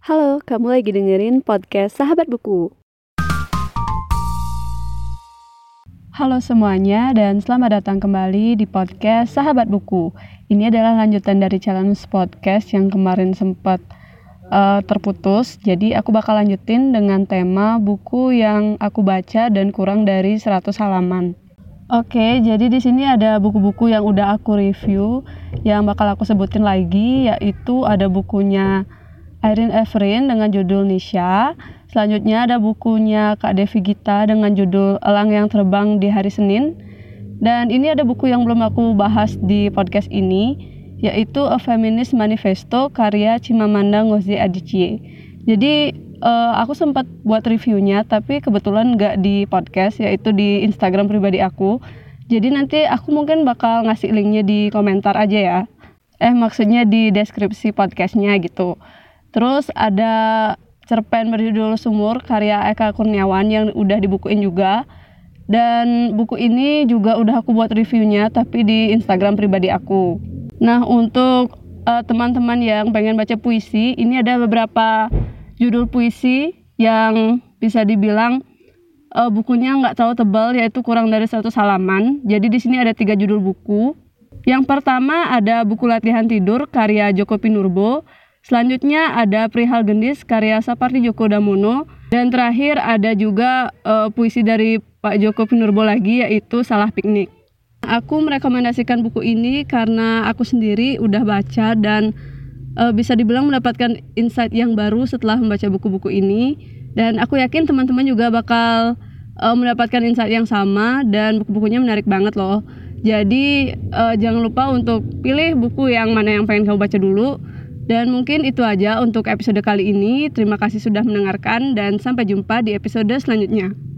Halo, kamu lagi dengerin podcast Sahabat Buku. Halo semuanya dan selamat datang kembali di podcast Sahabat Buku. Ini adalah lanjutan dari challenge podcast yang kemarin sempat terputus. Jadi aku bakal lanjutin dengan tema buku yang aku baca dan kurang dari 100 halaman. Oke, jadi di sini ada buku-buku yang udah aku review yang bakal aku sebutin lagi, yaitu ada bukunya Irene Evering dengan judul Nisha. Selanjutnya ada bukunya Kak Devi Gita dengan judul Elang yang Terbang di Hari Senin. Dan ini ada buku yang belum aku bahas di podcast ini, yaitu A Feminist Manifesto karya Chimamanda Ngozi Adichie. Jadi aku sempat buat reviewnya, tapi kebetulan nggak di podcast, yaitu di Instagram pribadi aku. Jadi nanti aku mungkin bakal ngasih linknya di komentar aja ya. Maksudnya di deskripsi podcastnya gitu. Terus ada cerpen berjudul Sumur karya Eka Kurniawan yang udah dibukuin juga. Dan buku ini juga udah aku buat reviewnya tapi di Instagram pribadi aku. Nah, untuk teman-teman yang pengen baca puisi, ini ada beberapa judul puisi yang bisa dibilang bukunya nggak terlalu tebal, yaitu kurang dari 100 halaman. Jadi di sini ada 3 judul buku. Yang pertama ada buku latihan tidur karya Djoko Pinurbo. Selanjutnya ada Perihal Gendis karya Sapardi Djoko Damono. Dan terakhir ada juga puisi dari Pak Djoko Pinurbo lagi, yaitu Salah Piknik. Aku merekomendasikan buku ini karena aku sendiri udah baca dan bisa dibilang mendapatkan insight yang baru setelah membaca buku-buku ini. Dan aku yakin teman-teman juga bakal mendapatkan insight yang sama dan buku-bukunya menarik banget loh. Jadi jangan lupa untuk pilih buku yang mana yang pengen kamu baca dulu. Dan mungkin itu aja untuk episode kali ini. Terima kasih sudah mendengarkan dan sampai jumpa di episode selanjutnya.